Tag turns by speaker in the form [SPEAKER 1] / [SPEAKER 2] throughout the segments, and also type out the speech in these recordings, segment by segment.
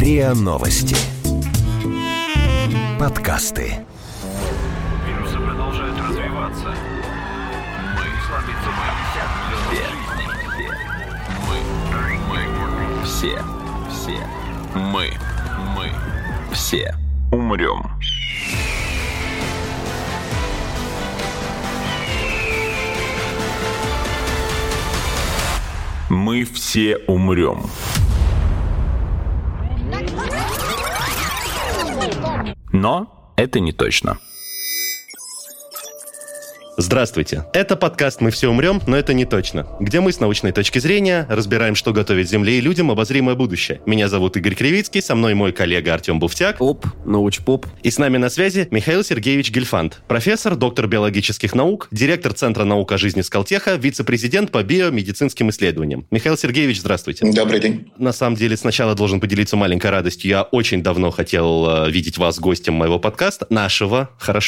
[SPEAKER 1] РИА Новости. Подкасты.
[SPEAKER 2] Вирусы продолжают развиваться. Мы все умрем. Мы все умрем. Но это не точно.
[SPEAKER 3] Здравствуйте. Это подкаст «Мы все умрем, но это не точно», где мы с научной точки зрения разбираем, что готовит Земле и людям обозримое будущее. Меня зовут Игорь Кривицкий, со мной мой коллега Артем Буфтяк.
[SPEAKER 4] Научпоп.
[SPEAKER 3] И с нами на связи Михаил Сергеевич Гельфанд, профессор, доктор биологических наук, директор Центра наук о жизни Скалтеха, вице-президент по биомедицинским исследованиям. Михаил Сергеевич, здравствуйте.
[SPEAKER 5] Добрый день.
[SPEAKER 3] На самом деле, сначала должен поделиться маленькой радостью. Я очень давно хотел видеть вас гостем моего подкаста. Нашего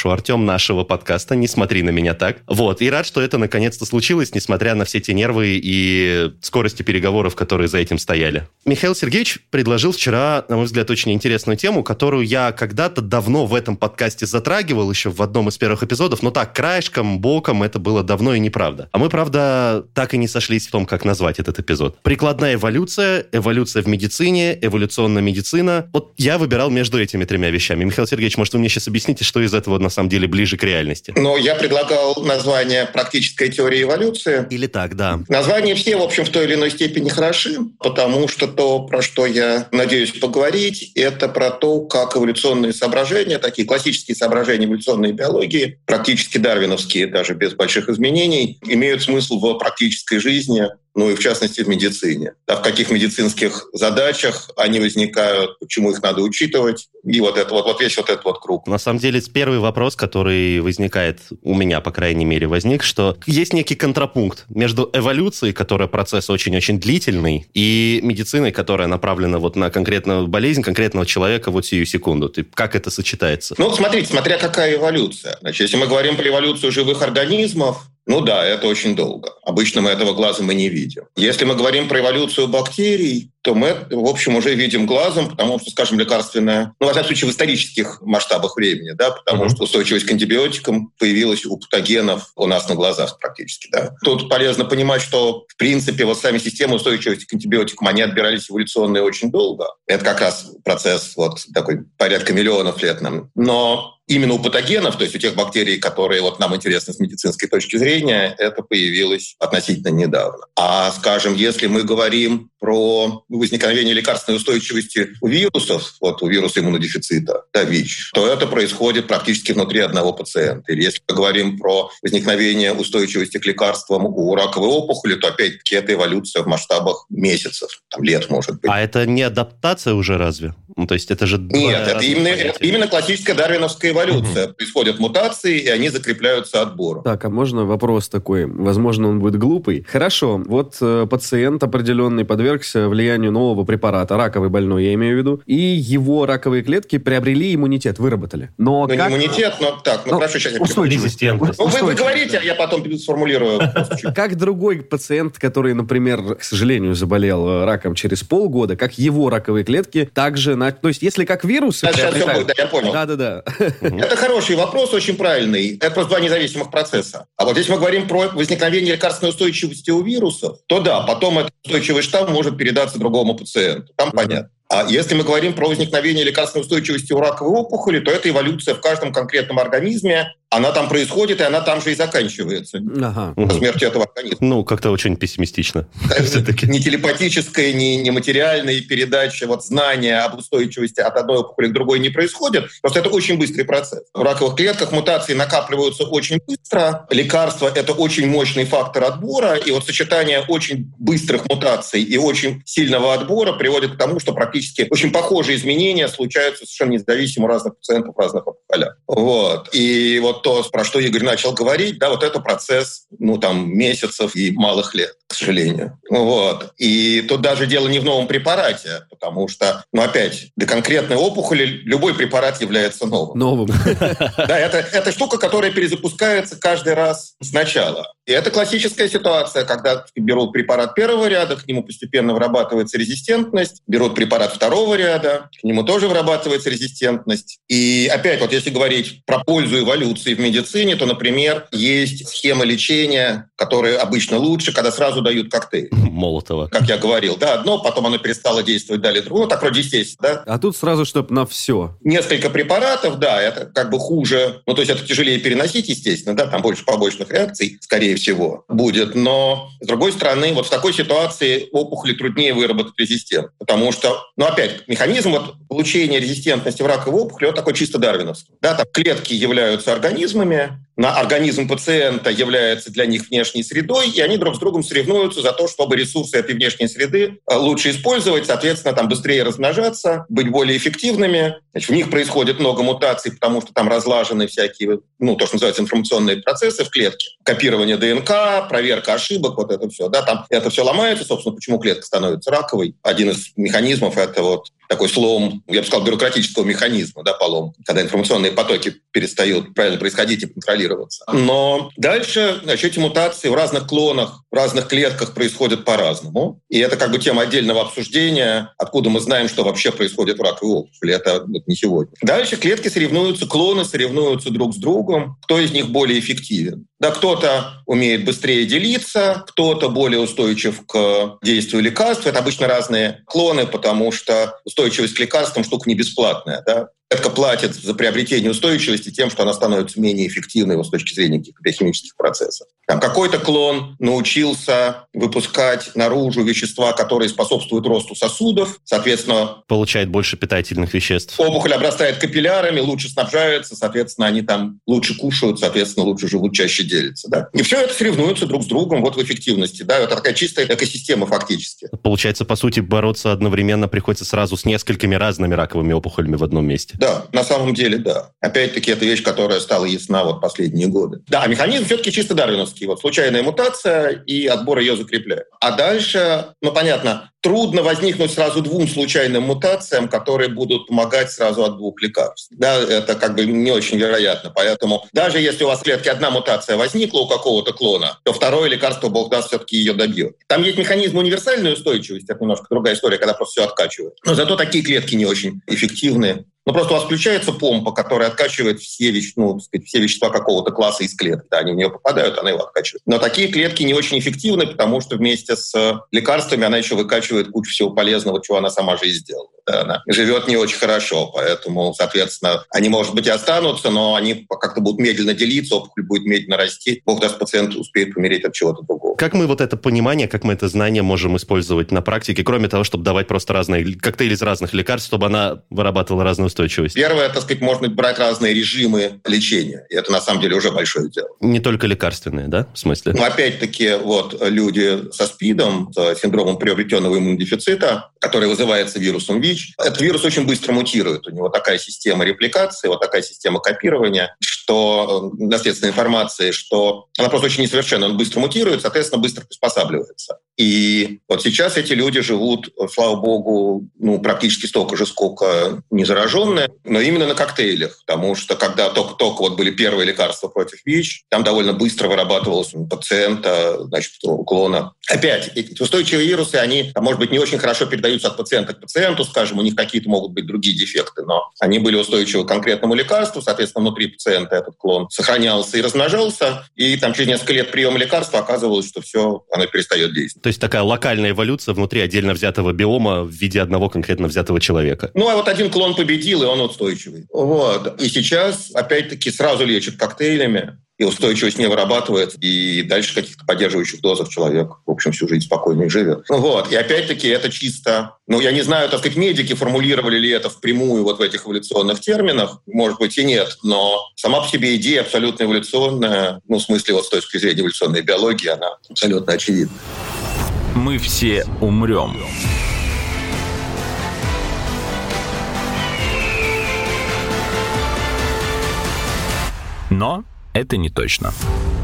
[SPEAKER 3] подкаста «Не смотри на меня так». Вот, и рад, что это наконец-то случилось, несмотря на все те нервы и скорости переговоров, которые за этим стояли. Михаил Сергеевич предложил вчера, на мой взгляд, очень интересную тему, которую я когда-то давно в этом подкасте затрагивал, еще в одном из первых эпизодов, но так, краешком, боком, это было давно и неправда. А мы, правда, так и не сошлись в том, как назвать этот эпизод. Прикладная эволюция, эволюция в медицине, эволюционная медицина. Вот я выбирал между этими тремя вещами. Михаил Сергеевич, может, вы мне сейчас объясните, что из этого на самом деле ближе к реальности?
[SPEAKER 5] Но я предлагал название «Практическая теория эволюции».
[SPEAKER 3] Или так, да.
[SPEAKER 5] Названия все, в общем, в той или иной степени хороши, потому что то, про что я надеюсь поговорить, это про то, как эволюционные соображения, такие классические соображения эволюционной биологии, практически дарвиновские, даже без больших изменений, имеют смысл в практической жизни, ну и в частности в медицине. А в каких медицинских задачах они возникают, почему их надо учитывать, и вот весь этот круг.
[SPEAKER 3] На самом деле, первый вопрос, который возникает у меня, по крайней мере, возник, что есть некий контрапункт между эволюцией, которая процесс очень-очень длительный, и медициной, которая направлена вот на конкретную болезнь конкретного человека вот сию секунду. Как это сочетается?
[SPEAKER 5] Ну, смотрите, смотря какая эволюция. Значит, если мы говорим про эволюцию живых организмов, ну да, это очень долго. Обычно мы этого глазом и не видим. Если мы говорим про эволюцию бактерий, то мы, в общем, уже видим глазом, потому что, скажем, лекарственная, во всяком случае, в исторических масштабах времени, да, потому что устойчивость к антибиотикам появилась у патогенов у нас на глазах практически, да. Тут полезно понимать, что, в принципе, вот сами системы устойчивости к антибиотикам, они отбирались эволюционно очень долго. Это как раз процесс вот такой порядка миллионов лет нам. Но именно у патогенов, то есть у тех бактерий, которые вот нам интересны с медицинской точки зрения, это появилось относительно недавно. А, скажем, если мы говорим про возникновение лекарственной устойчивости у вирусов, вот у вируса иммунодефицита, да, ВИЧ, то это происходит практически внутри одного пациента. Или если мы говорим про возникновение устойчивости к лекарствам у раковой опухоли, то опять-таки это эволюция в масштабах месяцев, там, лет, может быть.
[SPEAKER 3] А это не адаптация уже разве? Ну, то есть это же...
[SPEAKER 5] Нет, это именно классическая дарвиновская эволюция. Происходят мутации, и они закрепляются отбором.
[SPEAKER 4] Так, а можно вопрос такой? Возможно, он будет глупый. Хорошо, вот пациент определенный подвергся влиянию нового препарата, раковый больной, я имею в виду, и его раковые клетки приобрели иммунитет, выработали. Но
[SPEAKER 5] как... не иммунитет, но так, хорошо, сейчас я
[SPEAKER 3] резистентность.
[SPEAKER 5] Вы говорите, а я потом сформулирую.
[SPEAKER 4] Как другой пациент, который, например, к сожалению, заболел раком через полгода, как его раковые клетки также... То есть, если как вирусы...
[SPEAKER 5] Сейчас все будет, да, я понял.
[SPEAKER 4] Да.
[SPEAKER 5] Это хороший вопрос, очень правильный. Это просто два независимых процесса. А вот если мы говорим про возникновение лекарственной устойчивости у вирусов, то да, потом этот устойчивый штамм может передаться другому пациенту. Там понятно. А если мы говорим про возникновение лекарственной устойчивости у раковой опухоли, то это эволюция в каждом конкретном организме. Она там происходит, и она там же и заканчивается. Смертью этого организма.
[SPEAKER 3] Ну, как-то очень пессимистично.
[SPEAKER 5] Не телепатическая, не материальная передача знания об устойчивости от одной опухоли к другой не происходит. Просто это очень быстрый процесс. В раковых клетках мутации накапливаются очень быстро. Лекарство — это очень мощный фактор отбора. И вот сочетание очень быстрых мутаций и очень сильного отбора приводит к тому, что практически очень похожие изменения случаются совершенно независимо у разных пациентов в разных опухолях. И вот вот то, про что Игорь начал говорить, да, вот это процесс, месяцев и малых лет, к сожалению. Вот. И тут даже дело не в новом препарате, потому что, опять, для конкретной опухоли любой препарат является новым.
[SPEAKER 4] Новым.
[SPEAKER 5] Да, это штука, которая перезапускается каждый раз сначала. И это классическая ситуация, когда берут препарат первого ряда, к нему постепенно вырабатывается резистентность, берут препарат второго ряда, к нему тоже вырабатывается резистентность. И опять, вот если говорить про пользу эволюции в медицине, то, например, есть схема лечения, которая обычно лучше, когда сразу дают коктейль.
[SPEAKER 3] Молотова.
[SPEAKER 5] Как я говорил, да, одно, потом оно перестало действовать, дали другое. Так вроде естественно, да?
[SPEAKER 4] А тут сразу, чтобы на все.
[SPEAKER 5] Несколько препаратов, да, это как бы хуже. То есть это тяжелее переносить, естественно, да, там больше побочных реакций, скорее всего, будет. Но, с другой стороны, вот в такой ситуации опухоли труднее выработать резистентность. Потому что, опять, механизм получения резистентности в раковой опухоли, он такой чисто дарвиновский. Да, там клетки являются организмами, организм пациента является для них внешней средой, и они друг с другом соревнуются за то, чтобы ресурсы этой внешней среды лучше использовать, соответственно, там быстрее размножаться, быть более эффективными. Значит, в них происходит много мутаций, потому что там разлажены всякие, то, что называется, информационные процессы в клетке. Копирование ДНК, проверка ошибок, вот это все. Да, там это все ломается, собственно, почему клетка становится раковой. Один из механизмов — это такой слом, я бы сказал, бюрократического механизма, да, полом, когда информационные потоки перестают правильно происходить и контролироваться. Но дальше, эти мутации в разных клонах, в разных клетках происходят по-разному. И это как бы тема отдельного обсуждения, откуда мы знаем, что вообще происходит в раковой опухоли. Это не сегодня. Дальше клетки соревнуются, клоны соревнуются друг с другом, кто из них более эффективен. Да, кто-то умеет быстрее делиться, кто-то более устойчив к действию лекарств. Это обычно разные клоны, потому что устойчивость к лекарствам штука не бесплатная. Да? Клетка платит за приобретение устойчивости тем, что она становится менее эффективной с точки зрения каких-то биохимических процессов. Там какой-то клон научился выпускать наружу вещества, которые способствуют росту сосудов, соответственно,
[SPEAKER 3] получает больше питательных веществ.
[SPEAKER 5] Опухоль обрастает капиллярами, лучше снабжается, соответственно, они там лучше кушают, соответственно, лучше живут, чаще делятся. Да? И все это соревнуются друг с другом в эффективности. Да? Это такая чистая экосистема фактически.
[SPEAKER 3] Получается, по сути, бороться одновременно приходится сразу с несколькими разными раковыми опухолями в одном месте.
[SPEAKER 5] Да, на самом деле, да. Опять-таки, это вещь, которая стала ясна последние годы. Да, а механизм все-таки чисто дарвиновский. Случайная мутация, и отбор ее закрепляет. А дальше, понятно, трудно возникнуть сразу двум случайным мутациям, которые будут помогать сразу от двух лекарств. Да, это как бы не очень вероятно. Поэтому даже если у вас в клетке одна мутация возникла у какого-то клона, то второе лекарство, Бог даст, все-таки ее добьет. Там есть механизм универсальной устойчивости, это немножко другая история, когда просто все откачивают. Но зато такие клетки не очень эффективны. Просто у вас включается помпа, которая откачивает все вещества какого-то класса из клетки. Да, они в нее попадают, она его откачивает. Но такие клетки не очень эффективны, потому что вместе с лекарствами она еще выкачивает кучу всего полезного, чего она сама же и сделала. Да, она живет не очень хорошо, поэтому, соответственно, они, может быть, и останутся, но они как-то будут медленно делиться, опухоль будет медленно расти. Бог даст, пациент успеет помереть от чего-то другого.
[SPEAKER 3] Как мы это понимание, как мы это знание можем использовать на практике, кроме того, чтобы давать просто разные коктейли из разных лекарств, чтобы она вырабатывала разную устойчивость?
[SPEAKER 5] Первое, можно брать разные режимы лечения. И это, на самом деле, уже большое дело.
[SPEAKER 3] Не только лекарственные, да, в смысле?
[SPEAKER 5] Опять-таки, люди со СПИДом, с синдромом приобретенного иммунодефицита, который вызывается вирусом ВИЧ, этот вирус очень быстро мутирует. У него такая система репликации, такая система копирования, наследственной информации, что она просто очень несовершенна. Он быстро мутирует, соответственно, быстро приспосабливается. И сейчас эти люди живут, слава богу, практически столько же, сколько незараженные, но именно на коктейлях. Потому что когда только были первые лекарства против ВИЧ, там довольно быстро вырабатывалось у пациента, у клона. Опять, эти устойчивые вирусы, они, может быть, не очень хорошо передаются от пациента к пациенту, скажем, у них какие-то могут быть другие дефекты, но они были устойчивы к конкретному лекарству, соответственно, внутри пациента этот клон сохранялся и размножался, и через несколько лет приема лекарства оказывалось, что все, оно перестает действовать.
[SPEAKER 3] То есть такая локальная эволюция внутри отдельно взятого биома в виде одного конкретно взятого человека.
[SPEAKER 5] Один клон победил, и он устойчивый. И сейчас, опять-таки, сразу лечат коктейлями, и устойчивость не вырабатывает, и дальше в каких-то поддерживающих дозах человек, в общем, всю жизнь спокойно живет. И опять-таки это чисто... я не знаю, медики формулировали ли это впрямую в этих эволюционных терминах, может быть и нет, но сама по себе идея абсолютно эволюционная, в смысле с точки зрения эволюционной биологии, она абсолютно очевидна.
[SPEAKER 2] Мы все умрем. Но это не точно.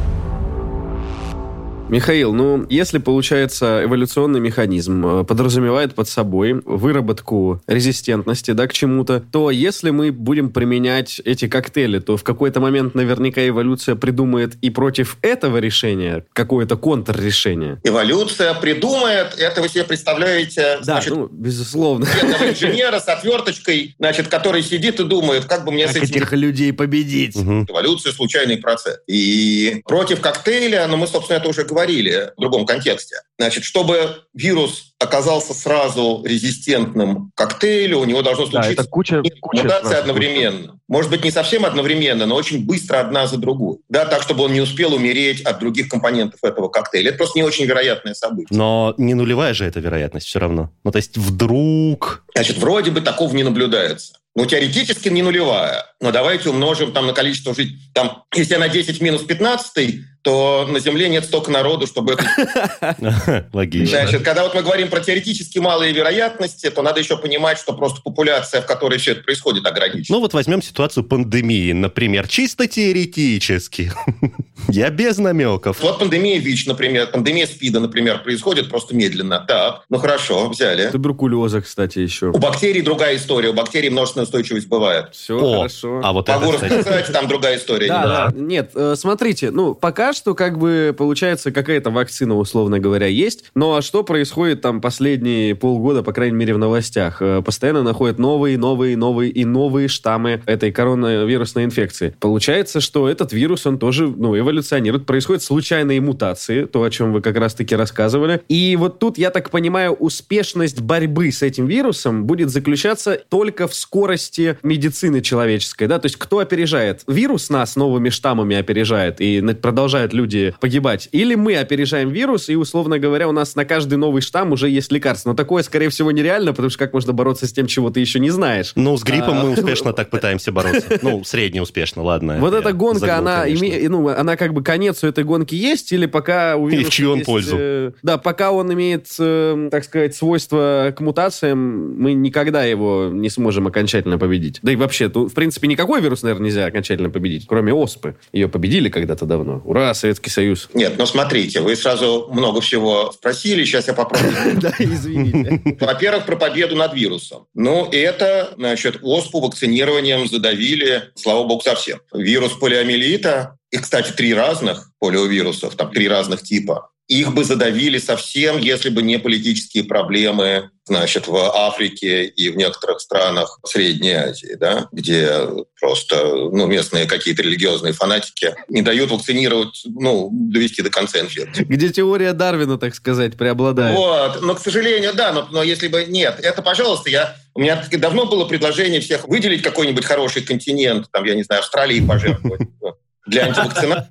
[SPEAKER 4] Михаил, если, получается, эволюционный механизм подразумевает под собой выработку резистентности, к чему-то, то если мы будем применять эти коктейли, то в какой-то момент наверняка эволюция придумает и против этого решения какое-то контррешение.
[SPEAKER 5] Эволюция придумает, это вы себе представляете,
[SPEAKER 4] безусловно.
[SPEAKER 5] Инженера с отверточкой, который сидит и думает, как бы мне
[SPEAKER 4] как
[SPEAKER 5] с этим...
[SPEAKER 4] этих людей победить.
[SPEAKER 5] Эволюция — случайный процесс. И против коктейля, мы, собственно, это уже говорили в другом контексте. Чтобы вирус оказался сразу резистентным к коктейлю, у него должно случиться
[SPEAKER 4] это куча
[SPEAKER 5] мутации одновременно. Может быть, не совсем одновременно, но очень быстро одна за другой. Так, чтобы он не успел умереть от других компонентов этого коктейля. Это просто не очень вероятное событие.
[SPEAKER 3] Но не нулевая же эта вероятность все равно. То есть вдруг...
[SPEAKER 5] Вроде бы такого не наблюдается. Теоретически не нулевая. Но давайте умножим на количество жителей. Если она 10 минус 15, то на Земле нет столько народу, чтобы это...
[SPEAKER 3] Логично.
[SPEAKER 5] Когда мы говорим про теоретически малые вероятности, то надо еще понимать, что просто популяция, в которой все это происходит, ограничена.
[SPEAKER 3] Возьмем ситуацию пандемии, например, чисто теоретически. Я без намеков.
[SPEAKER 5] Пандемия ВИЧ, например, пандемия СПИДа, например, происходит просто медленно. Так, хорошо, взяли.
[SPEAKER 4] Туберкулеза, кстати, еще.
[SPEAKER 5] У бактерий другая история. У бактерий множественная устойчивость бывает.
[SPEAKER 4] Все хорошо.
[SPEAKER 5] Могу рассказать, там другая история.
[SPEAKER 4] Да. Нет, смотрите, пока что получается какая-то вакцина, условно говоря, есть. Но что происходит последние полгода, по крайней мере, в новостях? Постоянно находят новые штаммы этой коронавирусной инфекции. Получается, что этот вирус, он тоже эволюционирует. Происходят случайные мутации, то, о чем вы как раз-таки рассказывали. И тут, я так понимаю, успешность борьбы с этим вирусом будет заключаться только в скорости медицины человеческой. То есть кто опережает? Вирус нас новыми штаммами опережает и продолжают люди погибать? Или мы опережаем вирус, и, условно говоря, у нас на каждый новый штамм уже есть лекарство? Но такое, скорее всего, нереально, потому что как можно бороться с тем, чего ты еще не знаешь?
[SPEAKER 3] С гриппом мы успешно так пытаемся бороться. Среднеуспешно, ладно.
[SPEAKER 4] Эта гонка, она конец у этой гонки есть, или пока у вируса
[SPEAKER 3] и в чью он пользу?
[SPEAKER 4] Пока он имеет, так сказать, свойства к мутациям, мы никогда его не сможем окончательно победить. Да и вообще, в принципе, никакой вирус, наверное, нельзя окончательно победить, кроме оспы. Ее победили когда-то давно. Ура, Советский Союз.
[SPEAKER 5] Нет, смотрите, вы сразу много всего спросили, сейчас я попробую.
[SPEAKER 4] Да, извините.
[SPEAKER 5] Во-первых, про победу над вирусом. Это, оспу вакцинированием задавили, слава богу, совсем. Вирус полиомиелита, их, кстати, 3 разных полиовирусов, 3 разных типа. Их бы задавили совсем, если бы не политические проблемы, в Африке и в некоторых странах Средней Азии, где просто местные какие-то религиозные фанатики не дают вакцинировать, довести до конца инфекции.
[SPEAKER 4] Где теория Дарвина, так сказать, преобладает.
[SPEAKER 5] Но, к сожалению, но если бы нет, это, пожалуйста, у меня давно было предложение всех выделить какой-нибудь хороший континент, Австралии пожертвовать для антивакцинации.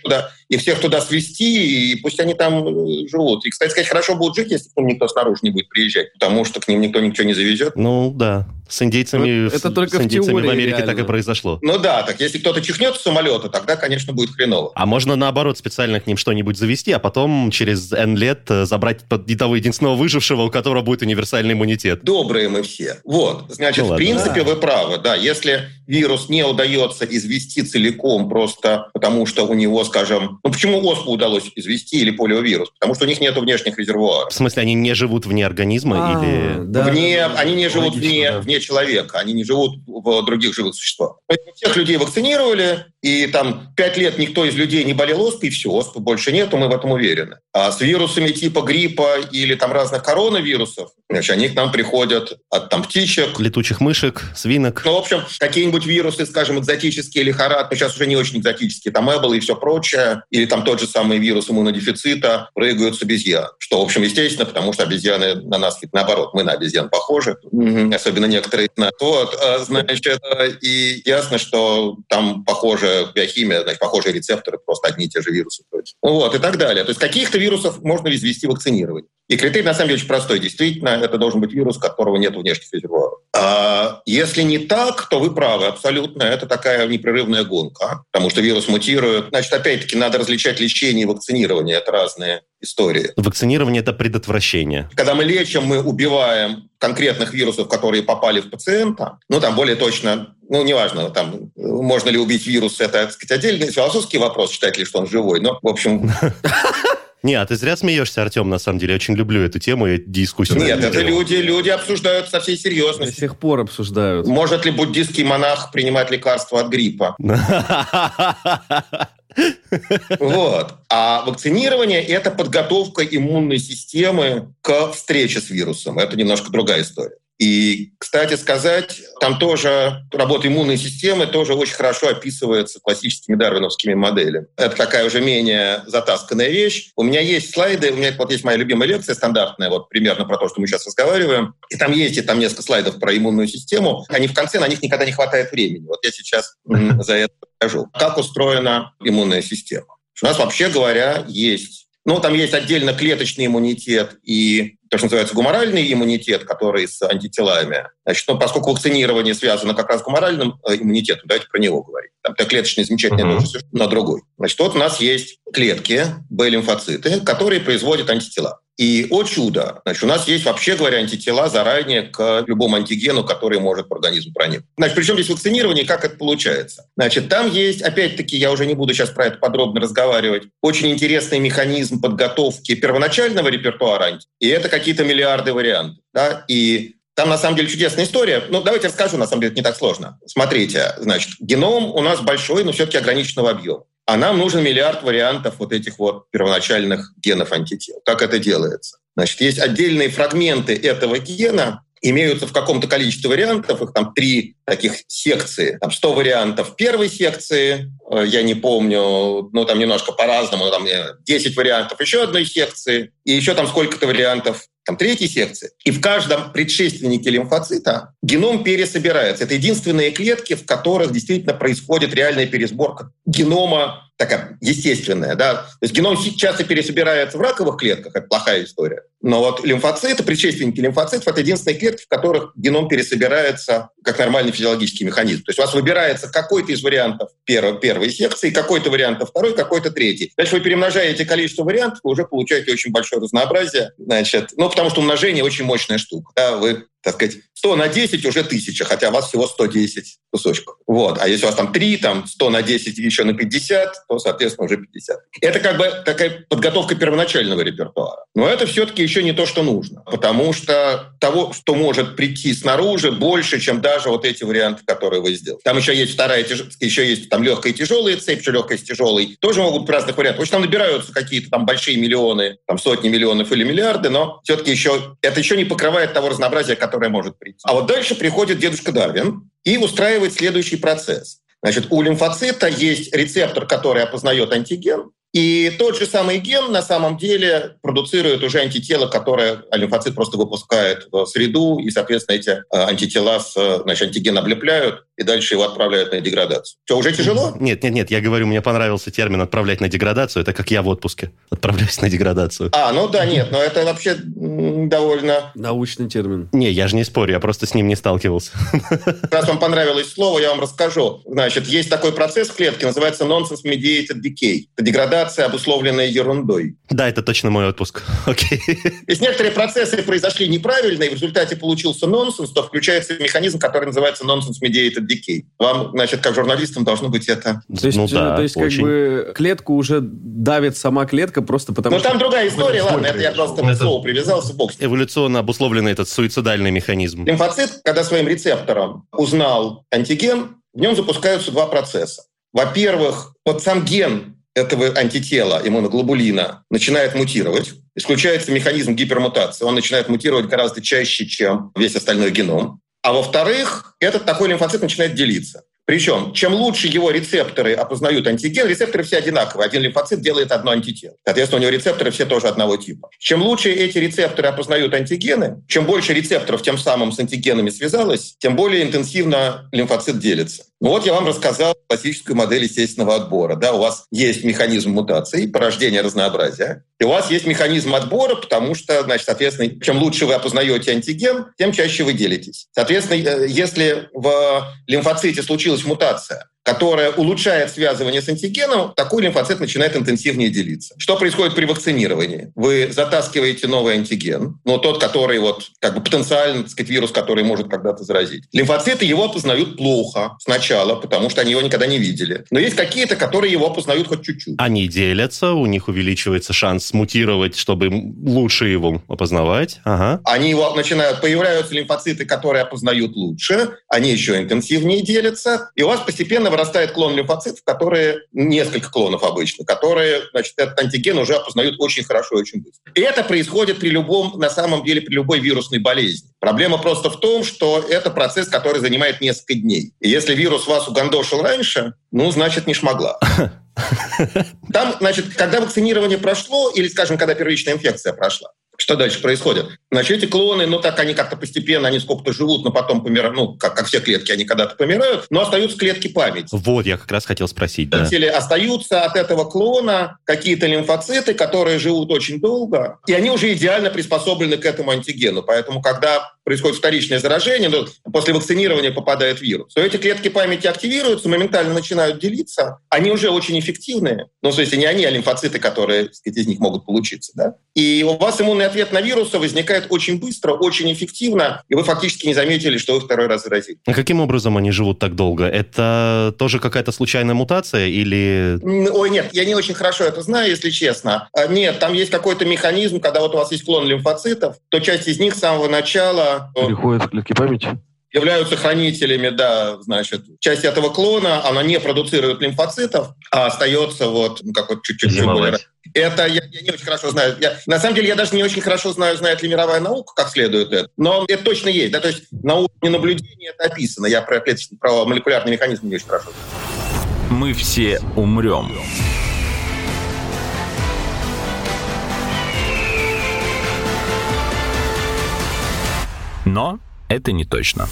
[SPEAKER 5] И всех туда свести, и пусть они там живут. И, кстати сказать, хорошо будут жить, если к ним никто снаружи не будет приезжать, потому что к ним никто ничего не завезет.
[SPEAKER 3] Да. С индейцами,
[SPEAKER 4] это только
[SPEAKER 3] с индейцами в Америке
[SPEAKER 4] реально.
[SPEAKER 3] Так и произошло.
[SPEAKER 5] Так если кто-то чихнет с самолета, тогда, конечно, будет хреново.
[SPEAKER 3] А можно, наоборот, специально к ним что-нибудь завести, а потом через N лет забрать того единственного выжившего, у которого будет универсальный иммунитет.
[SPEAKER 5] Добрые мы все. В принципе, вы правы. Если вирус не удается извести целиком просто потому, что у него, скажем... почему оспу удалось извести или полиовирус? Потому что у них нет внешних резервуаров.
[SPEAKER 3] В смысле, они не живут вне организма?
[SPEAKER 5] Они не живут вне человека, они не живут в других живых существах. Всех людей вакцинировали, и 5 лет никто из людей не болел оспой, и все, оспы больше нету, мы в этом уверены. А с вирусами типа гриппа или разных коронавирусов, они к нам приходят от птичек.
[SPEAKER 3] Летучих мышек, свинок.
[SPEAKER 5] В общем, какие-нибудь вирусы, скажем, экзотические, лихорадки, сейчас уже не очень экзотические, Эбола и все прочее, или тот же самый вирус иммунодефицита прыгают с обезьян. Что, в общем, естественно, потому что обезьяны на нас, наоборот, мы на обезьян похожи, особенно некоторые. И ясно, что там похожая биохимия, похожие рецепторы, просто одни и те же вирусы. И так далее. То есть каких-то вирусов можно извести вакцинировать. И критерий, на самом деле, очень простой. Действительно, это должен быть вирус, у которого нет внешних резервуаров. Если не так, то вы правы абсолютно. Это такая непрерывная гонка, потому что вирус мутирует. Значит, опять-таки, надо различать лечение и вакцинирование. Это разные истории.
[SPEAKER 3] Вакцинирование – это предотвращение.
[SPEAKER 5] Когда мы лечим, мы убиваем конкретных вирусов, которые попали в пациента. Там более точно, неважно, там, можно ли убить вирус, это, так сказать, отдельный философский вопрос, считать ли, что он живой. Но, в общем...
[SPEAKER 3] Не, ты зря смеешься, Артем, на самом деле. Я очень люблю эту тему и дискуссию.
[SPEAKER 5] Нет, это люди обсуждают со всей серьезностью.
[SPEAKER 4] До сих пор обсуждают.
[SPEAKER 5] Может ли буддийский монах принимать лекарства от гриппа? А вакцинирование – это подготовка иммунной системы к встрече с вирусом. Это немножко другая история. И, кстати сказать, там тоже работа иммунной системы тоже очень хорошо описывается классическими дарвиновскими моделями. Это такая уже менее затасканная вещь. У меня есть слайды, у меня вот есть моя любимая лекция стандартная, вот примерно про то, что мы сейчас разговариваем. И там есть несколько слайдов про иммунную систему. Они в конце, на них никогда не хватает времени. Вот я сейчас за это скажу. Как устроена иммунная система? У нас, вообще говоря, есть... там есть отдельно клеточный иммунитет и то, что называется гуморальный иммунитет, который с антителами. Значит, поскольку вакцинирование связано как раз с гуморальным иммунитетом, давайте про него говорить. Там клеточный замечательный тоже, на другой. Значит, вот у нас есть клетки, Б-лимфоциты, которые производят антитела. И, о чудо, значит, у нас есть, вообще говоря, антитела заранее к любому антигену, который может в организм проникнуть. Значит, причем здесь вакцинирование, как это получается? Значит, там есть, опять-таки, я уже не буду сейчас про это подробно разговаривать, очень интересный механизм подготовки первоначального репертуара, и это какие-то миллиарды вариантов. Да? И там, на самом деле, чудесная история. Давайте расскажу, на самом деле, это не так сложно. Смотрите, значит, геном у нас большой, но все-таки ограниченного объема. А нам нужен миллиард вариантов вот этих вот первоначальных генов антител. Как это делается? Значит, есть отдельные фрагменты этого гена, имеются в каком-то количестве вариантов, их там 3 таких секции, там 100 вариантов первой секции, я не помню, там немножко по-разному, там 10 вариантов еще одной секции, и еще там сколько-то вариантов там третьей секции. И в каждом предшественнике лимфоцита геном пересобирается. Это единственные клетки, в которых действительно происходит реальная пересборка генома, такая естественная. Да? То есть геном часто пересобирается в раковых клетках, это плохая история. Но вот лимфоциты, предшественники лимфоцитов, это единственные клетки, в которых геном пересобирается как нормальный физиологический механизм. То есть у вас выбирается какой-то из вариантов первой секции, какой-то вариант второй, какой-то третий. Дальше вы перемножаете количество вариантов, вы уже получаете очень большое разнообразие. Значит, потому что умножение очень мощная штука. Да, вы, так сказать, 100 на 10 уже 1000, хотя у вас всего 110 кусочков. Вот. А если у вас там 3, 100 на 10 еще на 50, то, соответственно, уже 50. Это как бы такая подготовка первоначального репертуара. Но это все-таки еще не то, что нужно. Потому что того, что может прийти снаружи, больше, чем даже вот эти варианты, которые вы сделали. Там еще есть еще есть там легкая и тяжелая цепь, что легкая с тяжелой. Тоже могут быть разных вариантов. Потому что там набираются какие-то там большие миллионы, там сотни миллионов или миллиарды, но все-таки это еще не покрывает того разнообразия, которое может прийти. А вот дальше приходит дедушка Дарвин и устраивает следующий процесс. Значит, у лимфоцита есть рецептор, который опознает антиген, и тот же самый ген на самом деле продуцирует уже антитела, которые лимфоцит просто выпускает в среду, и, соответственно, эти антитела антиген облепляют, и дальше его отправляют на деградацию. Что, уже тяжело?
[SPEAKER 3] Нет, я говорю, мне понравился термин «отправлять на деградацию». Это как я в отпуске. Отправляюсь на деградацию.
[SPEAKER 5] Но это вообще довольно...
[SPEAKER 4] Научный термин.
[SPEAKER 3] Не, я же не спорю, я просто с ним не сталкивался.
[SPEAKER 5] Раз вам понравилось слово, я вам расскажу. Значит, есть такой процесс в клетке, называется nonsense-mediated decay. Это деградация, обусловленная ерундой.
[SPEAKER 3] Да, это точно мой отпуск. Окей.
[SPEAKER 5] Если некоторые процессы произошли неправильно, и в результате получился нонсенс, то включается механизм, который называется nonsense-mediated decay. Вам, значит, как журналистам должно быть это...
[SPEAKER 4] То есть, как бы клетку уже давит сама клетка просто потому что...
[SPEAKER 5] там другая история, ладно, это я просто к слову привязался, бог с ним.
[SPEAKER 3] Эволюционно обусловленный этот суицидальный механизм.
[SPEAKER 5] Лимфоцит, когда своим рецептором узнал антиген, в нем запускаются 2 процесса. Во-первых, вот сам ген этого антитела, иммуноглобулина, начинает мутировать. Исключается механизм гипермутации. Он начинает мутировать гораздо чаще, чем весь остальной геном. А во-вторых, этот такой лимфоцит начинает делиться. Причем, чем лучше его рецепторы опознают антиген, рецепторы все одинаковые. Один лимфоцит делает одно антитело. Соответственно, у него рецепторы все тоже одного типа. Чем лучше эти рецепторы опознают антигены, чем больше рецепторов тем самым с антигенами связалось, тем более интенсивно лимфоцит делится. Вот я вам рассказал классическую модель естественного отбора. Да, у вас есть механизм мутации, порождения разнообразия. И у вас есть механизм отбора, потому что, значит, соответственно, чем лучше вы опознаете антиген, тем чаще вы делитесь. Соответственно, если в лимфоците случилась мутация, которая улучшает связывание с антигеном, такой лимфоцит начинает интенсивнее делиться. Что происходит при вакцинировании? Вы затаскиваете новый антиген, но тот, который потенциально, так сказать, вирус, который может когда-то заразить. Лимфоциты его опознают плохо сначала, потому что они его никогда не видели. Но есть какие-то, которые его опознают хоть чуть-чуть.
[SPEAKER 3] Они делятся, у них увеличивается шанс мутировать, чтобы лучше его опознавать. Ага.
[SPEAKER 5] Появляются лимфоциты, которые опознают лучше, они еще интенсивнее делятся, и у вас постепенно вырастает клон лимфоцитов, несколько клонов обычно, которые, значит, этот антиген уже опознают очень хорошо и очень быстро. И это происходит при любой вирусной болезни. Проблема просто в том, что это процесс, который занимает несколько дней. И если вирус вас угандошил раньше, значит, не шмогла. Там, значит, когда вакцинирование прошло, или, скажем, когда первичная инфекция прошла, что дальше происходит? Значит, эти клоны, они как-то постепенно, они сколько-то живут, но потом помирают, как все клетки, они когда-то помирают, но остаются клетки памяти.
[SPEAKER 3] Вот, я как раз хотел спросить, да.
[SPEAKER 5] Остаются от этого клона какие-то лимфоциты, которые живут очень долго, и они уже идеально приспособлены к этому антигену. Поэтому, когда происходит вторичное заражение, после вакцинирования попадает вирус, то эти клетки памяти активируются, моментально начинают делиться. Они уже очень эффективные. В смысле, не они, а лимфоциты, которые, так сказать, из них могут получиться. Да? И у вас иммунный ответ на вирусы возникает очень быстро, очень эффективно, и вы фактически не заметили, что вы второй раз заразили.
[SPEAKER 3] А каким образом они живут так долго? Это тоже какая-то случайная мутация или...
[SPEAKER 5] Ой, нет, я не очень хорошо это знаю, если честно. Нет, там есть какой-то механизм, когда у вас есть клон лимфоцитов, то часть из них с самого начала...
[SPEAKER 4] Переходят в клетки памяти?
[SPEAKER 5] Являются хранителями, часть этого клона, она не продуцирует лимфоцитов, а остается чуть-чуть более... Это я не очень хорошо знаю. На самом деле, я даже не очень хорошо знаю, знает ли мировая наука, как следует это. Но это точно есть. Да? То есть на уровне наблюдения это описано. Я про молекулярный механизм не очень хорошо знаю.
[SPEAKER 2] Мы все умрем. Но это не точно.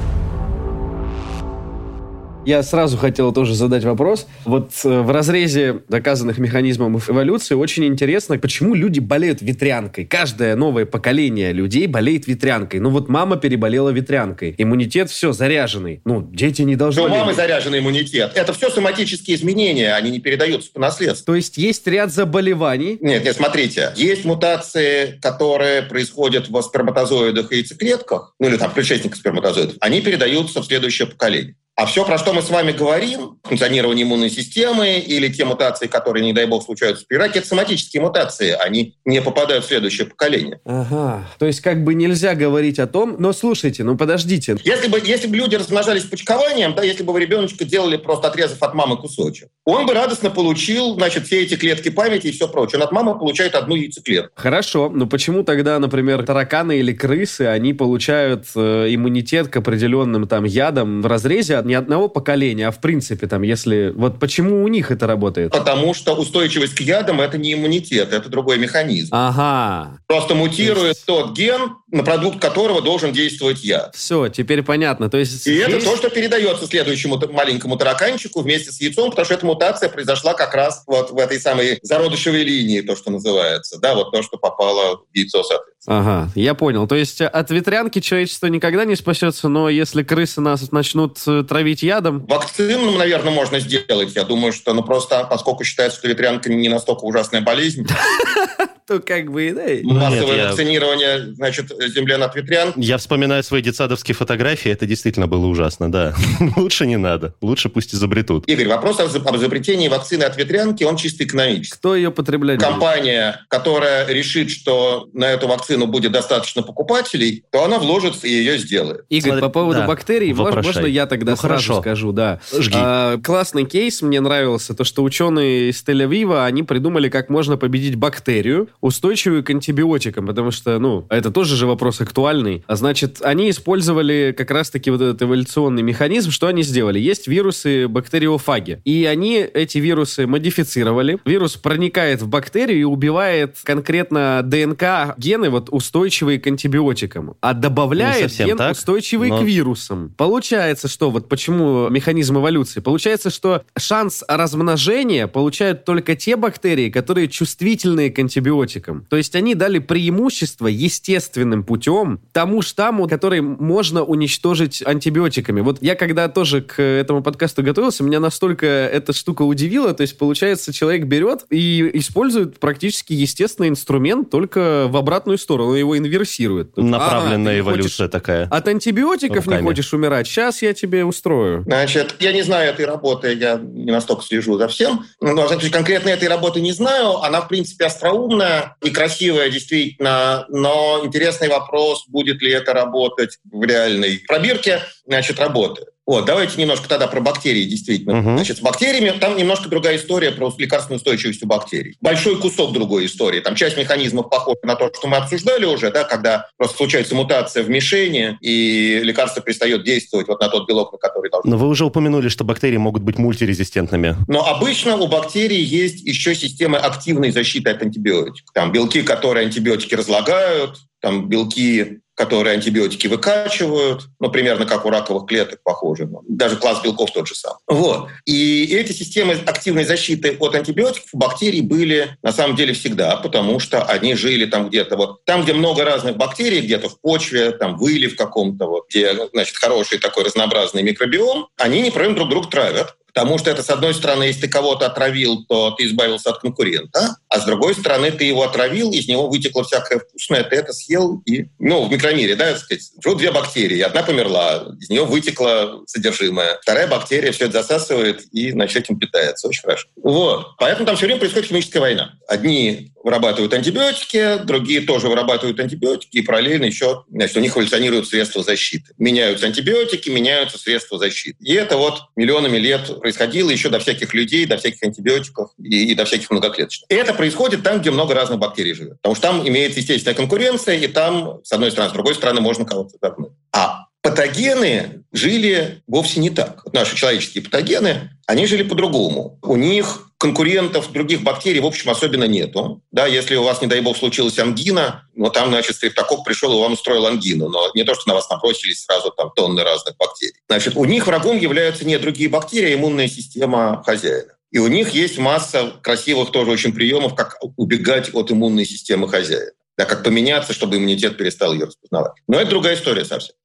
[SPEAKER 4] Я сразу хотел тоже задать вопрос. В разрезе доказанных механизмов эволюции очень интересно, почему люди болеют ветрянкой. Каждое новое поколение людей болеет ветрянкой. Мама переболела ветрянкой. Иммунитет все, заряженный. Дети не должны...
[SPEAKER 5] У мамы заряженный иммунитет. Это все соматические изменения, они не передаются по наследству.
[SPEAKER 4] То есть ряд заболеваний?
[SPEAKER 5] Нет, смотрите. Есть мутации, которые происходят в сперматозоидах и яйцеклетках, или предшественниках сперматозоидов. Они передаются в следующее поколение. А все, про что мы с вами говорим, функционирование иммунной системы или те мутации, которые, не дай бог, случаются при раке, это соматические мутации, они не попадают в следующее поколение.
[SPEAKER 4] Ага, то есть нельзя говорить о том, но слушайте, подождите.
[SPEAKER 5] Если бы люди размножались почкованием, если бы вы ребеночка делали просто отрезав от мамы кусочек, он бы радостно получил, все эти клетки памяти и все прочее. Он от мамы получает одну яйцеклетку.
[SPEAKER 4] Хорошо, но почему тогда, например, тараканы или крысы, они получают иммунитет к определенным ядам в разрезе не одного поколения, а в принципе, если... почему у них это работает?
[SPEAKER 5] Потому что устойчивость к ядам — это не иммунитет, это другой механизм.
[SPEAKER 4] Ага.
[SPEAKER 5] Просто мутирует тот ген, на продукт которого должен действовать яд.
[SPEAKER 4] Все, теперь понятно. То есть
[SPEAKER 5] это то, что передается следующему маленькому тараканчику вместе с яйцом, потому что эта мутация произошла как раз в этой самой зародышевой линии, то, что называется. То, что попало в яйцо, соответственно.
[SPEAKER 4] Ага, я понял. То есть от ветрянки человечество никогда не спасется, но если крысы нас начнут травить ядом...
[SPEAKER 5] Вакцину, наверное, можно сделать. Я думаю, что просто, поскольку считается, что ветрянка не настолько ужасная болезнь...
[SPEAKER 4] То да.
[SPEAKER 5] Массовое вакцинирование, землян от ветрянки.
[SPEAKER 3] Я вспоминаю свои детсадовские фотографии, это действительно было ужасно, да. Лучше не надо, лучше пусть изобретут.
[SPEAKER 5] Игорь, вопрос об изобретении вакцины от ветрянки, он чисто экономический.
[SPEAKER 4] Кто ее потребляет?
[SPEAKER 5] Компания, которая решит, что на эту вакцину будет достаточно покупателей, то она вложится и ее сделает.
[SPEAKER 4] Игорь, по поводу бактерий, можно я тогда сразу скажу? Да.
[SPEAKER 3] Жги.
[SPEAKER 4] Классный кейс, мне нравился, то, что ученые из Тель-Авива, они придумали, как можно победить бактерию, устойчивые к антибиотикам, потому что, это тоже же вопрос актуальный. А значит, они использовали как раз-таки вот этот эволюционный механизм. Что они сделали? Есть вирусы-бактериофаги. И они эти вирусы модифицировали. Вирус проникает в бактерию и убивает конкретно ДНК гены, устойчивые к антибиотикам. А добавляет ген устойчивый к вирусам. Получается, что почему механизм эволюции? Получается, что шанс размножения получают только те бактерии, которые чувствительные к антибиотикам. То есть они дали преимущество естественным путем тому штамму, который можно уничтожить антибиотиками. Я когда тоже к этому подкасту готовился, меня настолько эта штука удивила. То есть, получается, человек берет и использует практически естественный инструмент, только в обратную сторону. Он его инверсирует.
[SPEAKER 3] Направленная эволюция такая.
[SPEAKER 4] От антибиотиков не хочешь умирать? Сейчас я тебе устрою.
[SPEAKER 5] Значит, я не знаю этой работы, я не настолько слежу за всем. Но, конкретно этой работы не знаю. Она, в принципе, остроумная и красивая, действительно. Но интересный вопрос, будет ли это работать в реальной пробирке, работы. Давайте немножко тогда про бактерии, действительно. С бактериями там немножко другая история про лекарственную устойчивость у бактерий. Большой кусок другой истории. Там часть механизмов похожа на то, что мы обсуждали уже, когда просто случается мутация в мишени, и лекарство перестает действовать на тот белок, на который должно.
[SPEAKER 3] Но вы уже упомянули, что бактерии могут быть мультирезистентными.
[SPEAKER 5] Но обычно у бактерий есть еще системы активной защиты от антибиотиков. Там белки, которые антибиотики разлагают, там белки, которые антибиотики выкачивают, примерно как у раковых клеток похоже. Даже класс белков тот же самый. И эти системы активной защиты от антибиотиков у бактерий были на самом деле всегда, потому что они жили там где-то там, где много разных бактерий, где-то в почве, там в иле в каком-то, где, хороший такой разнообразный микробиом, они непрерывно друг друга травят. Потому что это, с одной стороны, если ты кого-то отравил, то ты избавился от конкурента, а с другой стороны, ты его отравил, из него вытекло всякое вкусное, ты это съел, и, в микромире, живут две бактерии, одна померла, из нее вытекло содержимое, вторая бактерия все это засасывает и, этим питается. Очень хорошо. Поэтому там все время происходит химическая война. Одни вырабатывают антибиотики, другие тоже вырабатывают антибиотики, и параллельно еще, у них эволюционируют средства защиты. Меняются антибиотики, меняются средства защиты. И это миллионами лет происходило еще до всяких людей, до всяких антибиотиков и до всяких многоклеточных. И это происходит там, где много разных бактерий живет. Потому что там имеется естественная конкуренция, и там, с одной стороны, с другой стороны, можно кого-то загнать. А патогены жили вовсе не так. Наши человеческие патогены, они жили по-другому. У них конкурентов других бактерий, в общем, особенно нету. Если у вас, не дай бог, случилась ангина, там, стрептококк пришел и вам устроил ангину. Но не то, что на вас набросились сразу тонны разных бактерий. У них врагом являются не другие бактерии, а иммунная система хозяина. И у них есть масса красивых тоже очень приемов, как убегать от иммунной системы хозяина. Как поменяться, чтобы иммунитет перестал ее распознавать. Но это другая история совсем.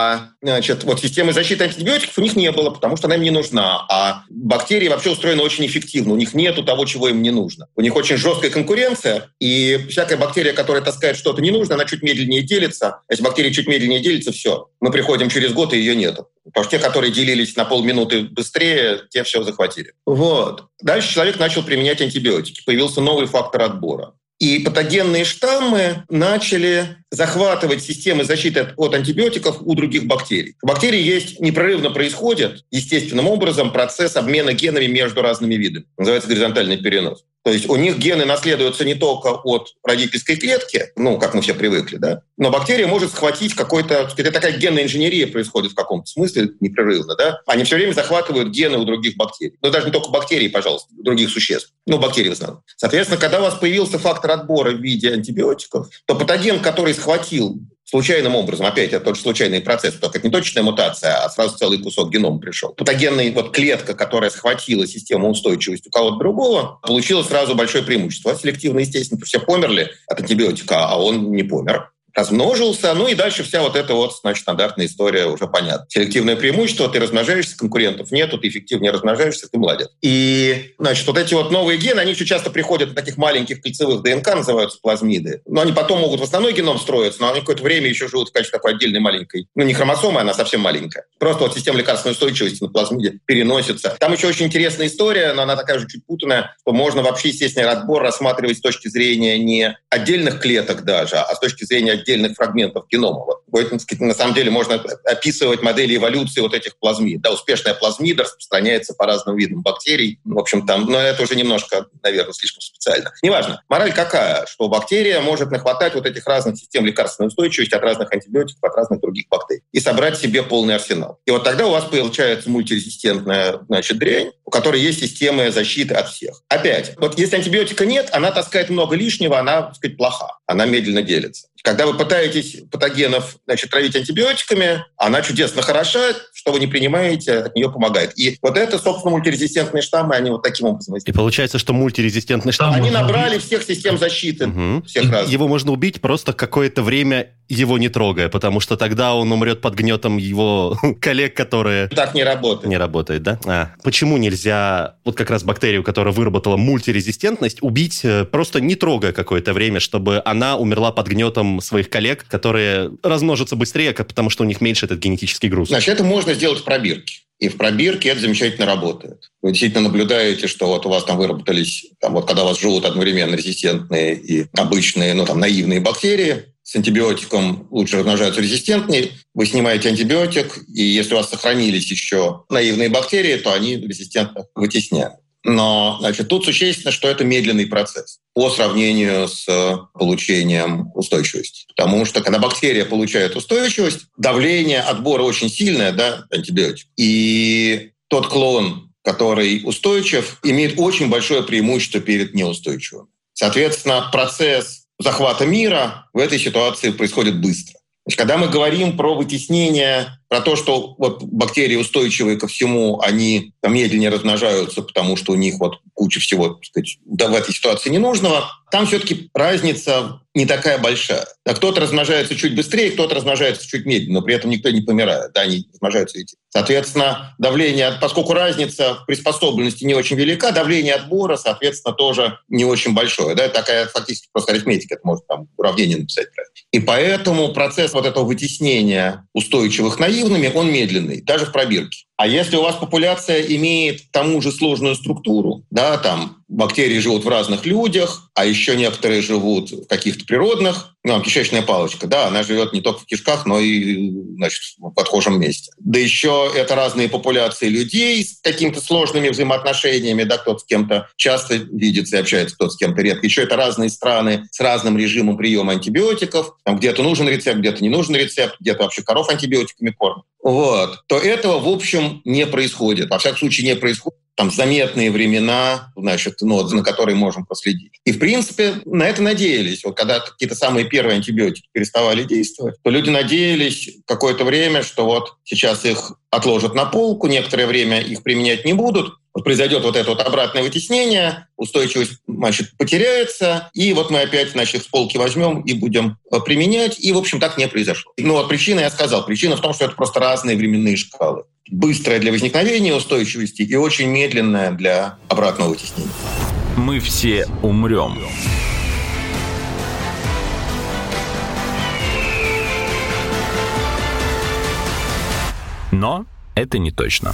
[SPEAKER 5] Системы защиты антибиотиков у них не было, потому что она им не нужна. А бактерии вообще устроены очень эффективно. У них нету того, чего им не нужно. У них очень жесткая конкуренция, и всякая бактерия, которая таскает что-то не нужно, она чуть медленнее делится. А если бактерия чуть медленнее делится, все. Мы приходим через год, и ее нету. Потому что те, которые делились на полминуты быстрее, те все захватили. Дальше человек начал применять антибиотики. Появился новый фактор отбора. И патогенные штаммы начали захватывать системы защиты от антибиотиков у других бактерий. У бактерий непрерывно происходит естественным образом процесс обмена генами между разными видами. Называется горизонтальный перенос. То есть у них гены наследуются не только от родительской клетки, как мы все привыкли, но бактерия может схватить какой-то... Это такая генная инженерия происходит в каком-то смысле непрерывно, Они все время захватывают гены у других бактерий. Но даже не только бактерий, пожалуйста, других существ. Бактерий в основном. Соответственно, когда у вас появился фактор отбора в виде антибиотиков, то патоген, который схватил случайным образом, опять это тот же случайный процесс, только это не точная мутация, а сразу целый кусок генома пришел. Патогенная клетка, которая схватила систему устойчивости у кого-то другого, получила сразу большое преимущество. Селективно, естественно, потому что все померли от антибиотика, а он не помер. Размножился, и дальше вся эта стандартная история уже понятна. Селективное преимущество, ты размножаешься, конкурентов нету, ты эффективнее размножаешься, ты молодец. И, эти новые гены, они еще часто приходят в таких маленьких кольцевых ДНК, называются плазмиды. Но они потом могут в основной геном строиться, но они какое-то время еще живут в качестве такой отдельной маленькой, не хромосомы, она совсем маленькая. Просто система лекарственной устойчивости на плазмиде переносится. Там еще очень интересная история, но она такая же чуть путанная, что можно вообще естественный отбор рассматривать с точки зрения не отдельных клеток даже, а с точки зрения отдельных фрагментов генома. на самом деле можно описывать модели эволюции вот этих плазмид. Да, успешная плазмида распространяется по разным видам бактерий. В общем, но это уже немножко, наверное, слишком специально. Неважно. Мораль какая? Что бактерия может нахватать вот этих разных систем лекарственной устойчивости от разных антибиотиков, от разных других бактерий и собрать себе полный арсенал. И вот тогда у вас получается мультирезистентная, дрянь, у которой есть системы защиты от всех. Опять, вот если антибиотика нет, она таскает много лишнего, она, так сказать, плоха, она медленно делится. Когда вы пытаетесь патогенов, травить антибиотиками, она чудесно хороша, что вы не принимаете, от нее помогает. И вот это, собственно, мультирезистентные штаммы, они вот таким образом.
[SPEAKER 3] И получается, что мультирезистентный штамм...
[SPEAKER 5] Они набрали всех систем защиты, всех разных.
[SPEAKER 3] Его можно убить просто какое-то время, его не трогая, потому что тогда он умрет под гнетом его коллег, которые...
[SPEAKER 5] Так не работает.
[SPEAKER 3] Не работает, да? Почему нельзя вот как раз бактерию, которая выработала мультирезистентность, убить просто не трогая какое-то время, чтобы она умерла под гнетом своих коллег, которые размножатся быстрее, потому что у них меньше этот генетический груз?
[SPEAKER 5] Значит, это можно сделать в пробирке. И в пробирке это замечательно работает. Вы действительно наблюдаете, что вот у вас там выработались, когда у вас живут одновременно резистентные и обычные, наивные бактерии, с антибиотиком лучше размножаются резистентные, вы снимаете антибиотик, и если у вас сохранились еще наивные бактерии, то они резистентных вытесняют. Но, тут существенно, что это медленный процесс по сравнению с получением устойчивости. Потому что, когда бактерия получает устойчивость, давление отбора очень сильное, антибиотик. И тот клон, который устойчив, имеет очень большое преимущество перед неустойчивым. Соответственно, процесс захвата мира в этой ситуации происходит быстро. Когда мы говорим про вытеснение, про то, что вот бактерии устойчивые ко всему, они медленнее размножаются, потому что у них куча всего, так сказать, в этой ситуации ненужного, там все-таки разница не такая большая. Кто-то размножается чуть быстрее, кто-то размножается чуть медленнее, но при этом никто не помирает. Они размножаются эти. Соответственно, давление, поскольку разница в приспособленности не очень велика, давление отбора, соответственно, тоже не очень большое. Это такая фактически просто арифметика, это может уравнение написать правильно. И поэтому процесс этого вытеснения устойчивых наивными, он медленный, даже в пробирке. А если у вас популяция имеет к тому же сложную структуру, бактерии живут в разных людях, а еще некоторые живут в каких-то природных, кишечная палочка, она живет не только в кишках, но и, в отхожем месте. Да еще это разные популяции людей с какими-то сложными взаимоотношениями, кто-то с кем-то часто видится и общается, кто-то с кем-то редко. Еще это разные страны с разным режимом приема антибиотиков. Где-то нужен рецепт, где-то не нужен рецепт, где-то вообще коров антибиотиками кормят. То этого, в общем, не происходит. Во всяком случае, не происходит заметные времена, на которые можем проследить. И, в принципе, на это надеялись. Когда какие-то самые первые антибиотики переставали действовать, то люди надеялись какое-то время, что сейчас их отложат на полку, некоторое время их применять не будут, произойдет это обратное вытеснение, устойчивость, потеряется, и мы опять, с полки возьмем и будем применять. И, в общем, так не произошло. Причина, я сказал, причина в том, что это просто разные временные шкалы. Быстрая для возникновения устойчивости и очень медленная для обратного вытеснения.
[SPEAKER 2] Мы все умрем. Но это не точно.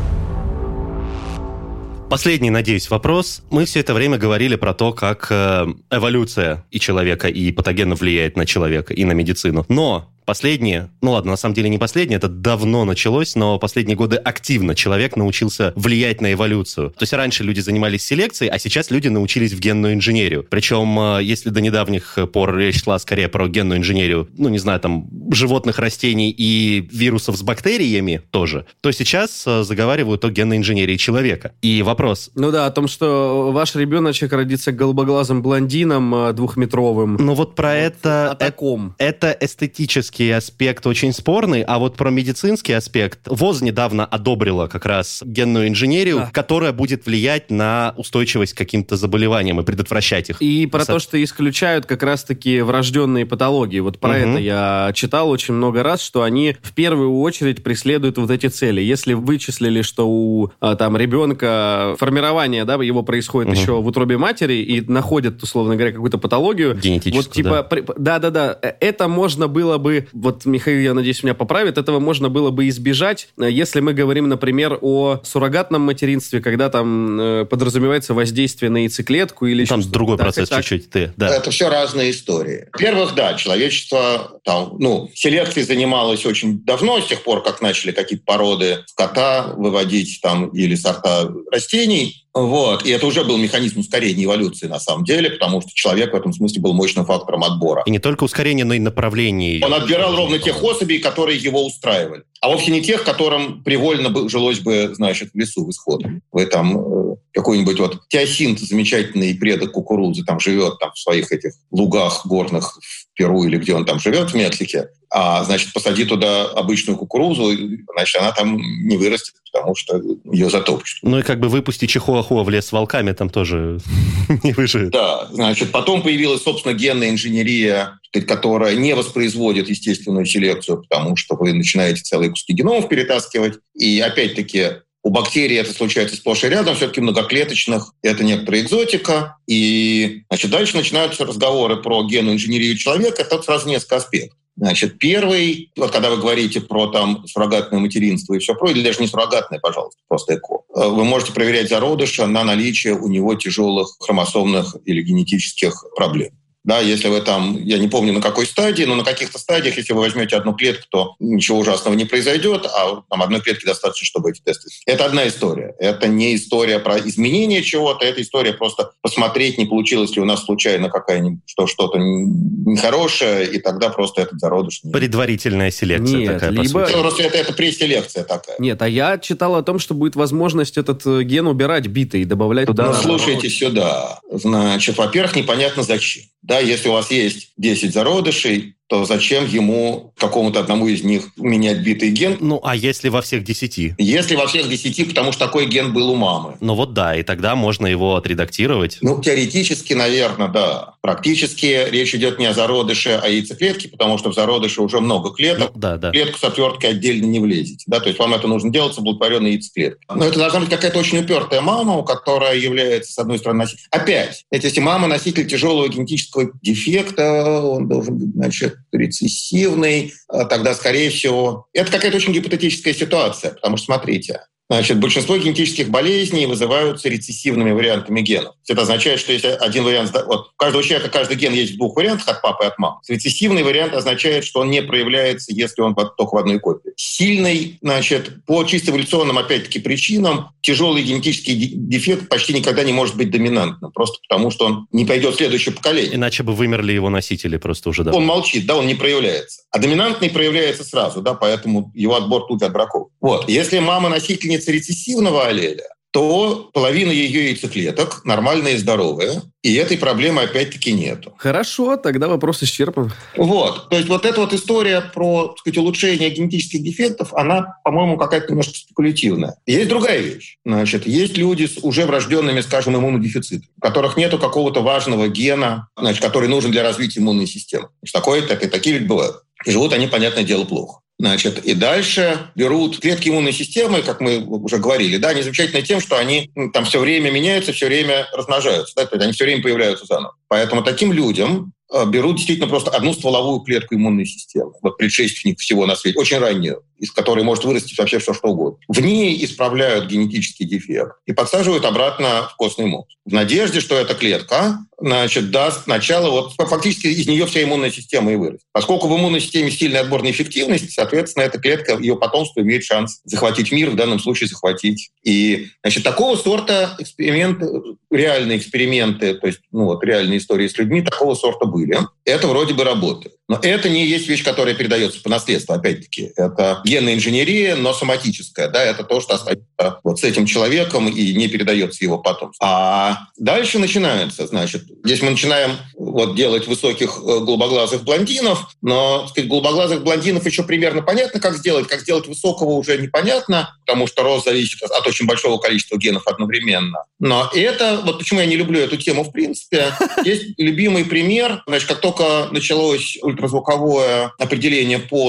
[SPEAKER 3] Последний, надеюсь, вопрос. Мы все это время говорили про то, как эволюция и человека, и патогенов влияет на человека, и на медицину. Но последние, на самом деле не последние, это давно началось, но последние годы активно человек научился влиять на эволюцию. То есть раньше люди занимались селекцией, а сейчас люди научились в генную инженерию. Причем, если до недавних пор речь шла скорее про генную инженерию, животных, растений и вирусов с бактериями тоже, то сейчас заговаривают о генной инженерии человека. И вопрос...
[SPEAKER 4] о том, что ваш ребеночек родится голубоглазым блондином 2-метровым.
[SPEAKER 3] Про это... Это эстетический аспект очень спорный, а про медицинский аспект ВОЗ недавно одобрила как раз генную инженерию, которая будет влиять на устойчивость к каким-то заболеваниям и предотвращать их.
[SPEAKER 4] И про то, что исключают как раз-таки врожденные патологии. Про это я читал очень много раз, что они в первую очередь преследуют эти цели. Если вычислили, что у ребенка формирование, его происходит еще в утробе матери и находят, условно говоря, какую-то патологию.
[SPEAKER 3] Генетическую,
[SPEAKER 4] это можно было бы вот Михаил, я надеюсь, меня поправит, этого можно было бы избежать, если мы говорим, например, о суррогатном материнстве, когда там подразумевается воздействие на яйцеклетку или...
[SPEAKER 3] Там другой процесс чуть-чуть. Да.
[SPEAKER 5] Это все разные истории. Во-первых, да, человечество селекцией занималось очень давно, с тех пор, как начали какие-то породы скота выводить там или сорта растений. Вот. И это уже был механизм ускорения эволюции на самом деле, потому что человек в этом смысле был мощным фактором отбора.
[SPEAKER 3] И не только ускорение, но и направление.
[SPEAKER 5] Он отбирал ровно тех особей, которые его устраивали. А вовсе не тех, которым привольно жилось бы, значит, в лесу, в исходе. Вы там какой-нибудь теосинт, замечательный предок кукурузы, там живет там, в своих этих лугах горных в Перу или где он там живет, в Мексике, а, значит, посади туда обычную кукурузу, значит, она там не вырастет, потому что ее затопчут.
[SPEAKER 3] Ну и как бы выпусти чихуахуа в лес с волками, там тоже не выживет.
[SPEAKER 5] Да, значит, потом появилась, собственно, генная инженерия, которая не воспроизводит естественную селекцию, потому что вы начинаете целые куски геномов перетаскивать. И опять-таки у бактерий это случается сплошь и рядом, все-таки многоклеточных, это некоторая экзотика. И, значит, дальше начинаются разговоры про генную инженерию человека. Это сразу несколько аспектов. Значит, первый, вот когда вы говорите про там суррогатное материнство и все прочее, или даже не суррогатное, пожалуйста, просто ЭКО, вы можете проверять зародыша на наличие у него тяжелых хромосомных или генетических проблем. Да, если вы там, я не помню на какой стадии, но на каких-то стадиях, если вы возьмете одну клетку, то ничего ужасного не произойдет, а там одной клетки достаточно, чтобы эти тесты. Это одна история. Это не история про изменение чего-то, это история просто посмотреть, не получилось ли у нас случайно какая-нибудь что-то нехорошее, и тогда просто этот зародыш...
[SPEAKER 3] Предварительная селекция.
[SPEAKER 4] Нет,
[SPEAKER 3] такая,
[SPEAKER 4] либо...
[SPEAKER 3] по сути.
[SPEAKER 5] Это преселекция такая.
[SPEAKER 4] Нет, а я читал о том, что будет возможность этот ген убирать битый и добавлять туда...
[SPEAKER 5] Ну, слушайте сюда. Значит, во-первых, непонятно зачем. Да, если у вас есть 10 зародышей, то зачем ему какому-то одному из них менять битый ген?
[SPEAKER 3] Ну, а если во всех 10?
[SPEAKER 5] Если во всех 10, потому что такой ген был у мамы.
[SPEAKER 3] Ну вот да, и тогда можно его отредактировать.
[SPEAKER 5] Ну, теоретически, наверное, да. Практически речь идет не о зародыше, а о яйцеклетке, потому что в зародыше уже много клеток.
[SPEAKER 3] Ну, да.
[SPEAKER 5] Клетку с отверткой отдельно не влезете. Да? То есть вам это нужно делать с оплодотворенной яйцеклеткой. Но это должна быть какая-то очень упертая мама, которая является, с одной стороны, носителем. Опять, если мама носитель тяжелого генетического дефекта, он должен быть, значит, рецессивный, тогда, скорее всего... Это какая-то очень гипотетическая ситуация, потому что, смотрите, значит, большинство генетических болезней вызываются рецессивными вариантами генов. Это означает, что если один вариант... Вот у каждого человека каждый ген есть в двух вариантах, от папы и от мамы. Рецессивный вариант означает, что он не проявляется, если он только в одной копии. Сильный, значит, по чисто эволюционным, опять-таки, причинам, тяжелый генетический дефект почти никогда не может быть доминантным, просто потому что он не пойдет в следующее поколение.
[SPEAKER 3] Иначе бы вымерли его носители просто уже давно.
[SPEAKER 5] Он молчит, да, он не проявляется. А доминантный проявляется сразу, да, поэтому его отбор тут от браков. Вот. Если мама носительница рецессивного аллеля, то половина ее яйцеклеток нормальные и здоровые, и этой проблемы опять-таки нету.
[SPEAKER 4] Хорошо, тогда вопрос исчерпан.
[SPEAKER 5] Вот. То есть вот эта вот история про, так сказать, улучшение генетических дефектов, она, по-моему, какая-то немножко спекулятивная. Есть другая вещь. Значит, есть люди с уже врожденными, скажем, иммунодефицитами, у которых нету какого-то важного гена, значит, который нужен для развития иммунной системы. Значит, такие люди бывают. И живут они, понятное дело, плохо. Значит, и дальше берут клетки иммунной системы, как мы уже говорили, да, они замечательны тем, что они там все время меняются, все время размножаются, да, то есть они все время появляются заново. Поэтому таким людям берут действительно просто одну стволовую клетку иммунной системы, вот предшественник всего на свете, очень раннюю, из которой может вырасти вообще все, что угодно. В ней исправляют генетический дефект и подсаживают обратно в костный мозг. В надежде, что эта клетка, значит, даст начало, вот фактически из нее вся иммунная система и вырастет. Поскольку в иммунной системе сильная отборная эффективность, соответственно, эта клетка, ее потомство имеет шанс захватить мир, в данном случае захватить. И, значит, такого сорта эксперименты, реальные эксперименты, то есть, ну вот, реальные истории с людьми такого сорта были. Это вроде бы работает. Но это не есть вещь, которая передается по наследству, опять-таки. Это генная инженерия, но соматическая. Да? Это то, что остается вот с этим человеком и не передается его потомству. А дальше начинается, значит, здесь мы начинаем вот делать высоких голубоглазых блондинов, но, так сказать, голубоглазых блондинов еще примерно понятно, как сделать высокого уже непонятно, потому что рост зависит от очень большого количества генов одновременно. Но это, вот почему я не люблю эту тему в принципе, есть любимый пример, значит, как только началось ультразвуковое определение пола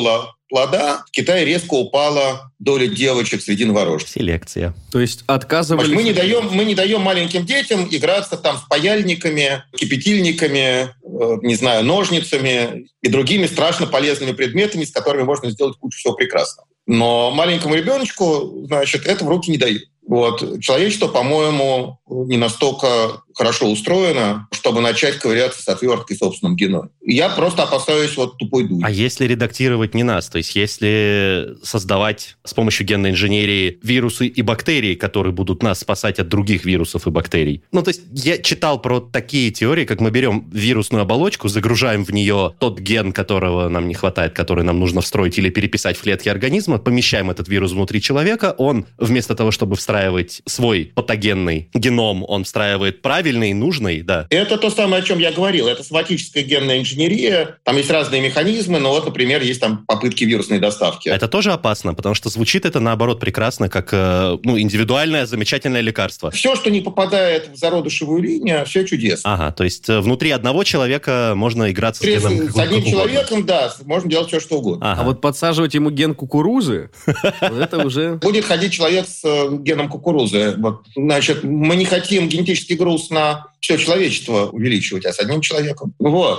[SPEAKER 5] плода в Китае резко упала доля девочек среди новорожденных.
[SPEAKER 3] Селекция.
[SPEAKER 4] То есть отказывались...
[SPEAKER 5] Мы не даем маленьким детям играться там с паяльниками, кипятильниками, не знаю, ножницами и другими страшно полезными предметами, с которыми можно сделать кучу всего прекрасного. Но маленькому ребеночку, значит, это в руки не дают. Вот. Человечество, по-моему, не настолько хорошо устроено, чтобы начать ковыряться с отверткой в собственном геноме. Я просто опасаюсь тупой дури.
[SPEAKER 3] А если редактировать не нас, то есть если создавать с помощью генной инженерии вирусы и бактерии, которые будут нас спасать от других вирусов и бактерий? Ну, то есть я читал про такие теории, как мы берем вирусную оболочку, загружаем в нее тот ген, которого нам не хватает, который нам нужно встроить или переписать в клетки организма, помещаем этот вирус внутри человека, он вместо того, чтобы встраивать свой патогенный геном, он встраивает правильный, нужный, да.
[SPEAKER 5] Это то самое, о чем я говорил. Это соматическая генная инженерия. Там есть разные механизмы, но например, есть там попытки вирусной доставки.
[SPEAKER 3] Это тоже опасно, потому что звучит это, наоборот, прекрасно, как индивидуальное, замечательное лекарство.
[SPEAKER 5] Все, что не попадает в зародышевую линию, все чудесно.
[SPEAKER 3] Ага, то есть внутри одного человека можно играться с геном.
[SPEAKER 5] С одним человеком, да, можно делать все, что угодно.
[SPEAKER 3] Ага.
[SPEAKER 4] А вот подсаживать ему ген кукурузы, это уже...
[SPEAKER 5] Будет ходить человек с геном кукурузы. Значит, мы не хотим генетический груз на все человечество увеличивать, а с одним человеком.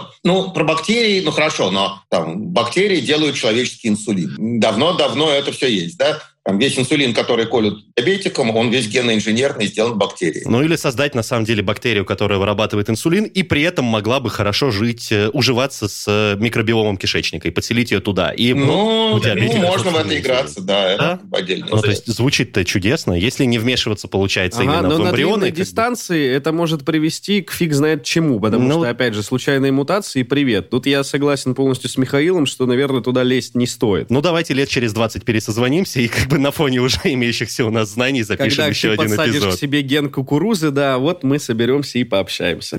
[SPEAKER 5] Про бактерии, хорошо, но там бактерии делают человеческий инсулин. Давно это все есть, да? Там весь инсулин, который колют диабетикам, он весь генно-инженерный, сделан бактерией.
[SPEAKER 3] Или создать, на самом деле, бактерию, которая вырабатывает инсулин, и при этом могла бы хорошо жить, уживаться с микробиомом кишечника и подселить ее туда. И
[SPEAKER 5] можно в это играться, да, это отдельно.
[SPEAKER 3] То есть звучит-то чудесно, если не вмешиваться, получается, именно в эмбрионы.
[SPEAKER 4] Но на длинной дистанции это может привести к фиг знает чему, потому что, опять же, случайные мутации, привет. Тут я согласен полностью с Михаилом, что, наверное, туда лезть не стоит.
[SPEAKER 3] Давайте лет через 20 пересозвонимся и на фоне уже имеющихся у нас знаний запишем еще один эпизод.
[SPEAKER 4] Когда ты подсадишь к себе ген кукурузы, мы соберемся и пообщаемся.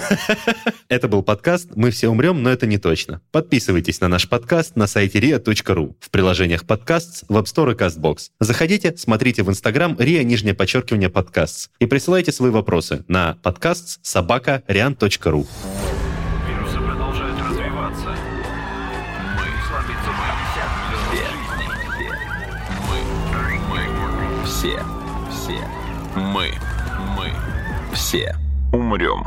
[SPEAKER 3] Это был подкаст «Мы все умрем, но это не точно». Подписывайтесь на наш подкаст на сайте ria.ru, в приложениях подкастс, в App Store и CastBox. Заходите, смотрите в Instagram ria_подкастс и присылайте свои вопросы на подкастс@rian.ru.
[SPEAKER 2] Вирусы продолжают развиваться. Мы все умрем.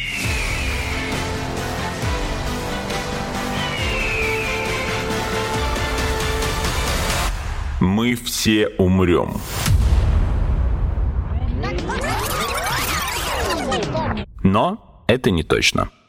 [SPEAKER 2] Мы все умрем. Но это не точно.